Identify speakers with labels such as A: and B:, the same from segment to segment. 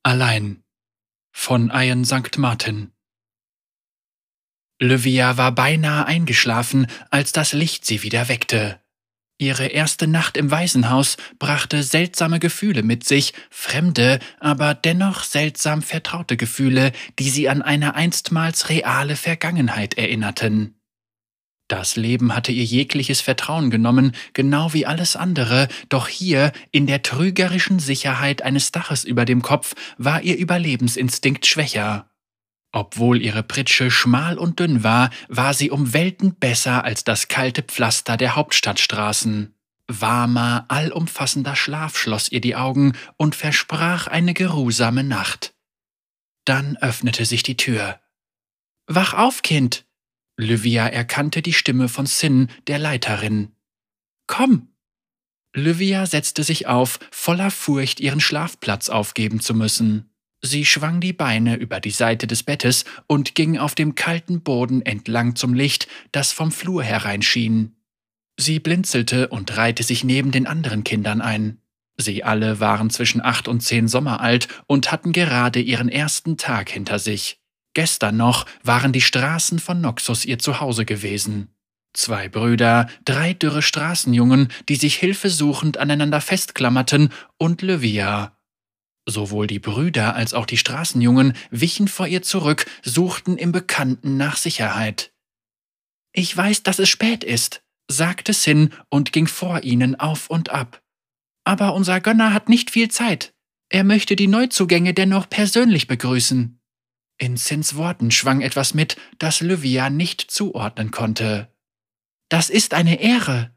A: Allein von Ian St. Martin. Livia war beinahe eingeschlafen, als das Licht sie wieder weckte. Ihre erste Nacht im Waisenhaus brachte seltsame Gefühle mit sich, fremde, aber dennoch seltsam vertraute Gefühle, die sie an eine einstmals reale Vergangenheit erinnerten. Das Leben hatte ihr jegliches Vertrauen genommen, genau wie alles andere, doch hier, in der trügerischen Sicherheit eines Daches über dem Kopf, war ihr Überlebensinstinkt schwächer. Obwohl ihre Pritsche schmal und dünn war, war sie um Welten besser als das kalte Pflaster der Hauptstadtstraßen. Warmer, allumfassender Schlaf schloss ihr die Augen und versprach eine geruhsame Nacht. Dann öffnete sich die Tür. »Wach auf, Kind!« Livia erkannte die Stimme von Sin, der Leiterin. »Komm!« Livia setzte sich auf, voller Furcht, ihren Schlafplatz aufgeben zu müssen. Sie schwang die Beine über die Seite des Bettes und ging auf dem kalten Boden entlang zum Licht, das vom Flur hereinschien. Sie blinzelte und reihte sich neben den anderen Kindern ein. Sie alle waren zwischen 8 und 10 Sommer alt und hatten gerade ihren ersten Tag hinter sich. Gestern noch waren die Straßen von Noxus ihr Zuhause gewesen. 2 Brüder, 3 dürre Straßenjungen, die sich hilfesuchend aneinander festklammerten, und Livia. Sowohl die Brüder als auch die Straßenjungen wichen vor ihr zurück, suchten im Bekannten nach Sicherheit. »Ich weiß, dass es spät ist«, sagte Sin und ging vor ihnen auf und ab. »Aber unser Gönner hat nicht viel Zeit. Er möchte die Neuzugänge dennoch persönlich begrüßen.« In Sins Worten schwang etwas mit, das Livia nicht zuordnen konnte. »Das ist eine Ehre.«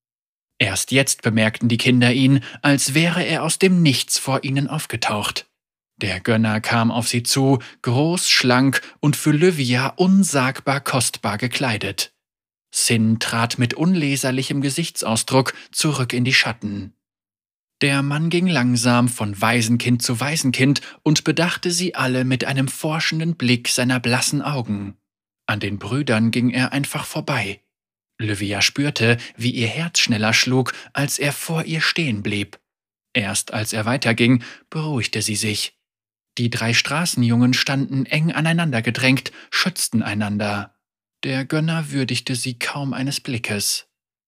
A: Erst jetzt bemerkten die Kinder ihn, als wäre er aus dem Nichts vor ihnen aufgetaucht. Der Gönner kam auf sie zu, groß, schlank und für Livia unsagbar kostbar gekleidet. Sin trat mit unleserlichem Gesichtsausdruck zurück in die Schatten. Der Mann ging langsam von Waisenkind zu Waisenkind und bedachte sie alle mit einem forschenden Blick seiner blassen Augen. An den Brüdern ging er einfach vorbei. Livia spürte, wie ihr Herz schneller schlug, als er vor ihr stehen blieb. Erst als er weiterging, beruhigte sie sich. Die 3 Straßenjungen standen eng aneinander gedrängt, schützten einander. Der Gönner würdigte sie kaum eines Blickes.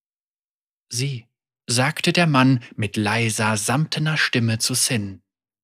A: »Sie«, sagte der Mann mit leiser, samtener Stimme zu Sin.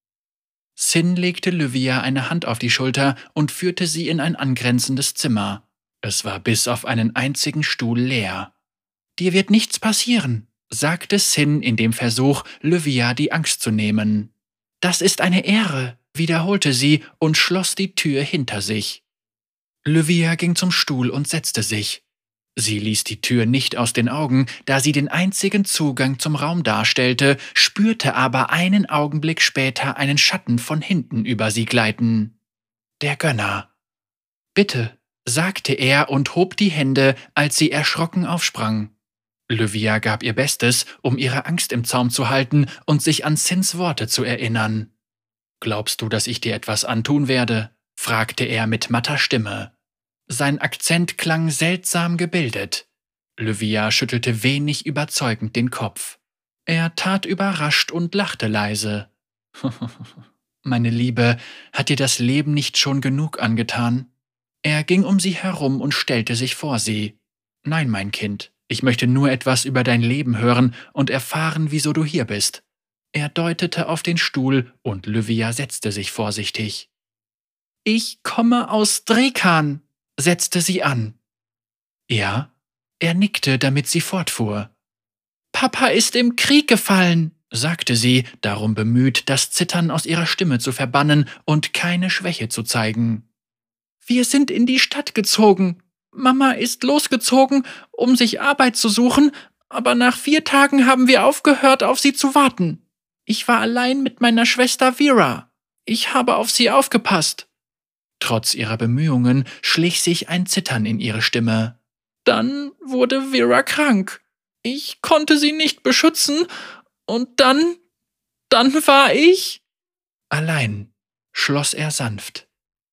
A: Sin legte Livia eine Hand auf die Schulter und führte sie in ein angrenzendes Zimmer. Es war bis auf einen einzigen Stuhl leer. »Dir wird nichts passieren«, sagte Sin in dem Versuch, Livia die Angst zu nehmen. »Das ist eine Ehre«, wiederholte sie und schloss die Tür hinter sich. Livia ging zum Stuhl und setzte sich. Sie ließ die Tür nicht aus den Augen, da sie den einzigen Zugang zum Raum darstellte, spürte aber einen Augenblick später einen Schatten von hinten über sie gleiten. Der Gönner. »Bitte«, sagte er und hob die Hände, als sie erschrocken aufsprang. Livia gab ihr Bestes, um ihre Angst im Zaum zu halten und sich an Sins Worte zu erinnern. »Glaubst du, dass ich dir etwas antun werde?« fragte er mit matter Stimme. Sein Akzent klang seltsam gebildet. Livia schüttelte wenig überzeugend den Kopf. Er tat überrascht und lachte leise. »Meine Liebe, hat dir das Leben nicht schon genug angetan?« Er ging um sie herum und stellte sich vor sie. »Nein, mein Kind, ich möchte nur etwas über dein Leben hören und erfahren, wieso du hier bist.« Er deutete auf den Stuhl und Livia setzte sich vorsichtig. »Ich komme aus Drekan«, setzte sie an. »Ja?« Er nickte, damit sie fortfuhr. »Papa ist im Krieg gefallen«, sagte sie, darum bemüht, das Zittern aus ihrer Stimme zu verbannen und keine Schwäche zu zeigen. »Wir sind in die Stadt gezogen. Mama ist losgezogen, um sich Arbeit zu suchen, aber nach 4 Tagen haben wir aufgehört, auf sie zu warten. Ich war allein mit meiner Schwester Vera. Ich habe auf sie aufgepasst.« Trotz ihrer Bemühungen schlich sich ein Zittern in ihre Stimme. »Dann wurde Vera krank. Ich konnte sie nicht beschützen und dann war ich...« »Allein«, schloss er sanft.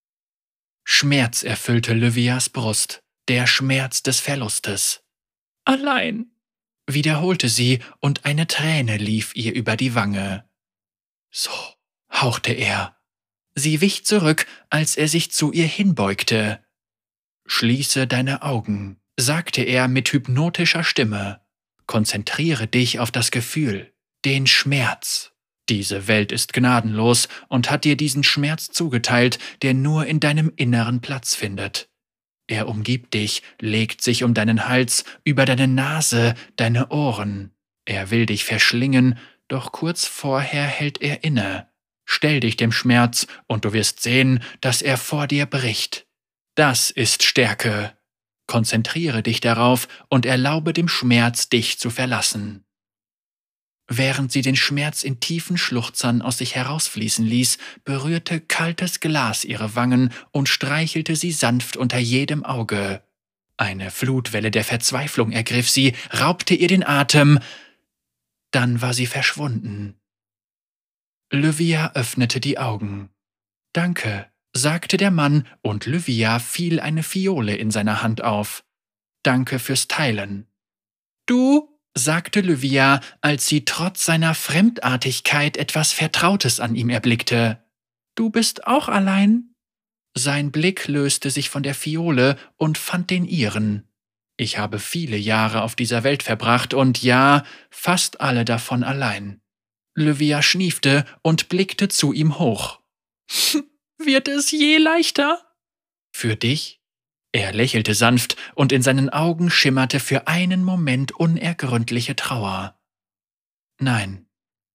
A: Schmerz erfüllte Livias Brust, der Schmerz des Verlustes. »Allein«, wiederholte sie, und eine Träne lief ihr über die Wange. »So«, hauchte er, Sie wich zurück, als er sich zu ihr hinbeugte. »Schließe deine Augen«, sagte er mit hypnotischer Stimme. »Konzentriere dich auf das Gefühl, den Schmerz. Diese Welt ist gnadenlos und hat dir diesen Schmerz zugeteilt, der nur in deinem Inneren Platz findet. Er umgibt dich, legt sich um deinen Hals, über deine Nase, deine Ohren. Er will dich verschlingen, doch kurz vorher hält er inne. Stell dich dem Schmerz, und du wirst sehen, dass er vor dir bricht. Das ist Stärke. Konzentriere dich darauf und erlaube dem Schmerz, dich zu verlassen.« Während sie den Schmerz in tiefen Schluchzern aus sich herausfließen ließ, berührte kaltes Glas ihre Wangen und streichelte sie sanft unter jedem Auge. Eine Flutwelle der Verzweiflung ergriff sie, raubte ihr den Atem. Dann war sie verschwunden. Lyvia öffnete die Augen. »Danke«, sagte der Mann, und Lyvia fiel eine Fiole in seiner Hand auf. »Danke fürs Teilen.« »Du?«, sagte Lyvia, als sie trotz seiner Fremdartigkeit etwas Vertrautes an ihm erblickte. »Du bist auch allein?« Sein Blick löste sich von der Fiole und fand den ihren. »Ich habe viele Jahre auf dieser Welt verbracht und ja, fast alle davon allein.« Lyvia schniefte und blickte zu ihm hoch. »Wird es je leichter?« »Für dich?« Er lächelte sanft, und in seinen Augen schimmerte für einen Moment unergründliche Trauer. »Nein.«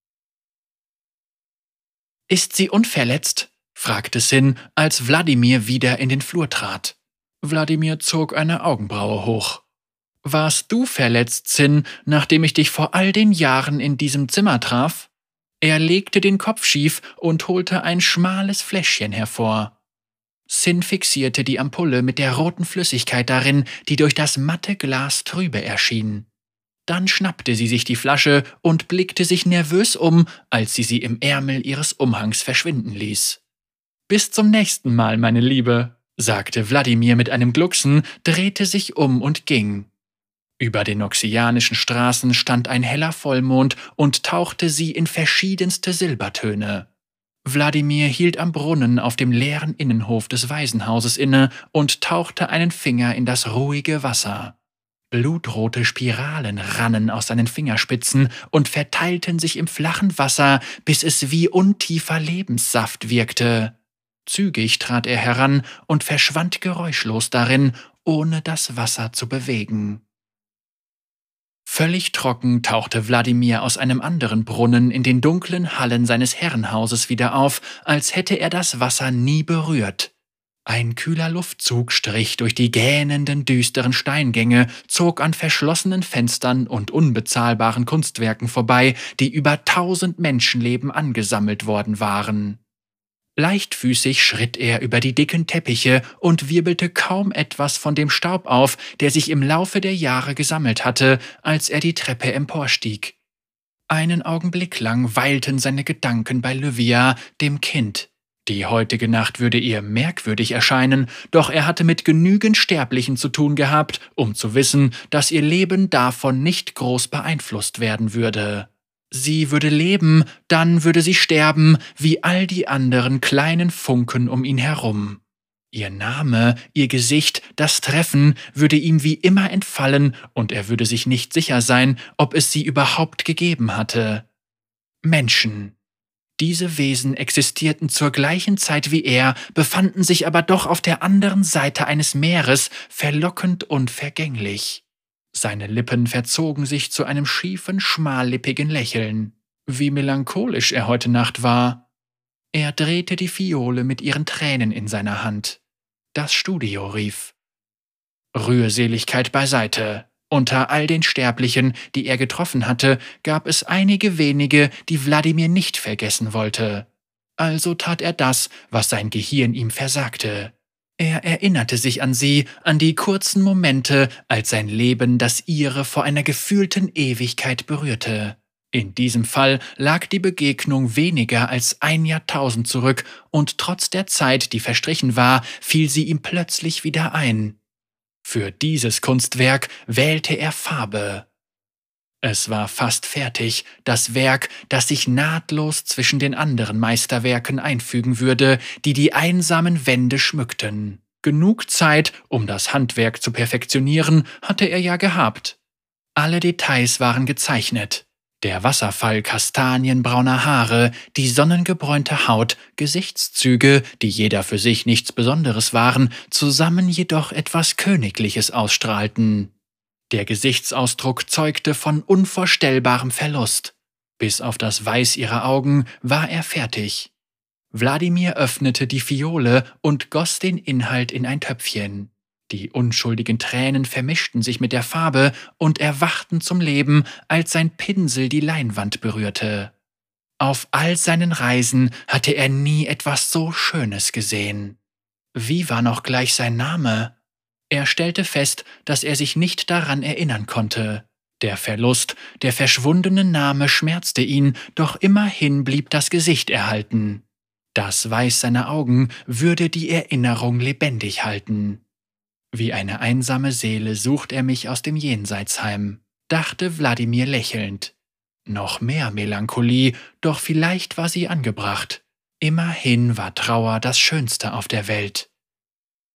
A: »Ist sie unverletzt?«, fragte Sin, als Wladimir wieder in den Flur trat. Wladimir zog eine Augenbraue hoch. »Warst du verletzt, Sin, nachdem ich dich vor all den Jahren in diesem Zimmer traf?« Er legte den Kopf schief und holte ein schmales Fläschchen hervor. Sin fixierte die Ampulle mit der roten Flüssigkeit darin, die durch das matte Glas trübe erschien. Dann schnappte sie sich die Flasche und blickte sich nervös um, als sie im Ärmel ihres Umhangs verschwinden ließ. »Bis zum nächsten Mal, meine Liebe«, sagte Wladimir mit einem Glucksen, drehte sich um und ging. Über den noxianischen Straßen stand ein heller Vollmond und tauchte sie in verschiedenste Silbertöne. Wladimir hielt am Brunnen auf dem leeren Innenhof des Waisenhauses inne und tauchte einen Finger in das ruhige Wasser. Blutrote Spiralen rannen aus seinen Fingerspitzen und verteilten sich im flachen Wasser, bis es wie untiefer Lebenssaft wirkte. Zügig trat er heran und verschwand geräuschlos darin, ohne das Wasser zu bewegen. Völlig trocken tauchte Wladimir aus einem anderen Brunnen in den dunklen Hallen seines Herrenhauses wieder auf, als hätte er das Wasser nie berührt. Ein kühler Luftzug strich durch die gähnenden, düsteren Steingänge, zog an verschlossenen Fenstern und unbezahlbaren Kunstwerken vorbei, die über 1000 Menschenleben angesammelt worden waren. Leichtfüßig schritt er über die dicken Teppiche und wirbelte kaum etwas von dem Staub auf, der sich im Laufe der Jahre gesammelt hatte, als er die Treppe emporstieg. Einen Augenblick lang weilten seine Gedanken bei Lyvia, dem Kind. Die heutige Nacht würde ihr merkwürdig erscheinen, doch er hatte mit genügend Sterblichen zu tun gehabt, um zu wissen, dass ihr Leben davon nicht groß beeinflusst werden würde. Sie würde leben, dann würde sie sterben, wie all die anderen kleinen Funken um ihn herum. Ihr Name, ihr Gesicht, das Treffen würde ihm wie immer entfallen, und er würde sich nicht sicher sein, ob es sie überhaupt gegeben hatte. Menschen. Diese Wesen existierten zur gleichen Zeit wie er, befanden sich aber doch auf der anderen Seite eines Meeres, verlockend und vergänglich. Seine Lippen verzogen sich zu einem schiefen, schmallippigen Lächeln. Wie melancholisch er heute Nacht war. Er drehte die Fiole mit ihren Tränen in seiner Hand. Das Studio rief. Rührseligkeit beiseite. Unter all den Sterblichen, die er getroffen hatte, gab es einige wenige, die Wladimir nicht vergessen wollte. Also tat er das, was sein Gehirn ihm versagte. Er erinnerte sich an sie, an die kurzen Momente, als sein Leben das ihre vor einer gefühlten Ewigkeit berührte. In diesem Fall lag die Begegnung weniger als 1 Jahrtausend zurück, und trotz der Zeit, die verstrichen war, fiel sie ihm plötzlich wieder ein. Für dieses Kunstwerk wählte er Farbe. Es war fast fertig, das Werk, das sich nahtlos zwischen den anderen Meisterwerken einfügen würde, die die einsamen Wände schmückten. Genug Zeit, um das Handwerk zu perfektionieren, hatte er ja gehabt. Alle Details waren gezeichnet. Der Wasserfall kastanienbrauner Haare, die sonnengebräunte Haut, Gesichtszüge, die jeder für sich nichts Besonderes waren, zusammen jedoch etwas Königliches ausstrahlten. Der Gesichtsausdruck zeugte von unvorstellbarem Verlust. Bis auf das Weiß ihrer Augen war er fertig. Wladimir öffnete die Fiole und goss den Inhalt in ein Töpfchen. Die unschuldigen Tränen vermischten sich mit der Farbe und erwachten zum Leben, als sein Pinsel die Leinwand berührte. Auf all seinen Reisen hatte er nie etwas so Schönes gesehen. Wie war noch gleich sein Name? Er stellte fest, dass er sich nicht daran erinnern konnte. Der Verlust, der verschwundene Name schmerzte ihn, doch immerhin blieb das Gesicht erhalten. Das Weiß seiner Augen würde die Erinnerung lebendig halten. Wie eine einsame Seele sucht er mich aus dem Jenseits heim, dachte Wladimir lächelnd. Noch mehr Melancholie, doch vielleicht war sie angebracht. Immerhin war Trauer das Schönste auf der Welt.